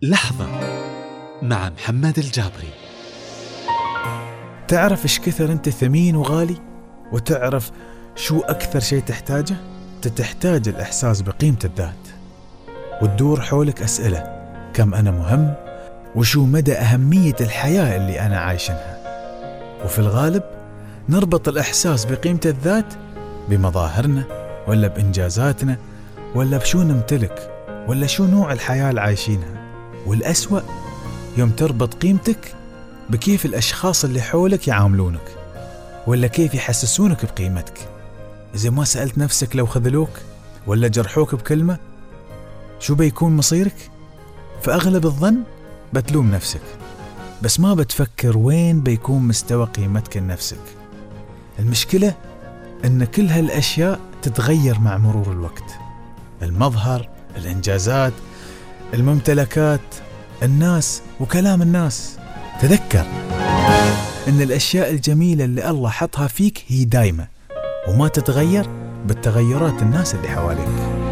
لحظة مع محمد الجابري. تعرف إيش كثر أنت ثمين وغالي؟ وتعرف شو أكثر شيء تحتاجه؟ تحتاج الإحساس بقيمة الذات، وتدور حولك أسئلة: كم أنا مهم؟ وشو مدى أهمية الحياة اللي أنا عايشنها؟ وفي الغالب نربط الإحساس بقيمة الذات بمظاهرنا، ولا بإنجازاتنا، ولا بشو نمتلك، ولا شو نوع الحياة اللي عايشينها. والأسوأ يوم تربط قيمتك بكيف الأشخاص اللي حولك يعاملونك، ولا كيف يحسسونك بقيمتك. إذا ما سألت نفسك لو خذلوك ولا جرحوك بكلمة شو بيكون مصيرك؟ فأغلب الظن بتلوم نفسك، بس ما بتفكر وين بيكون مستوى قيمتك لنفسك. المشكلة إن كل هالأشياء تتغير مع مرور الوقت: المظهر، الإنجازات، الممتلكات، الناس وكلام الناس. تذكر إن الأشياء الجميلة اللي الله حطها فيك هي دايمة، وما تتغير بالتغيرات الناس اللي حواليك.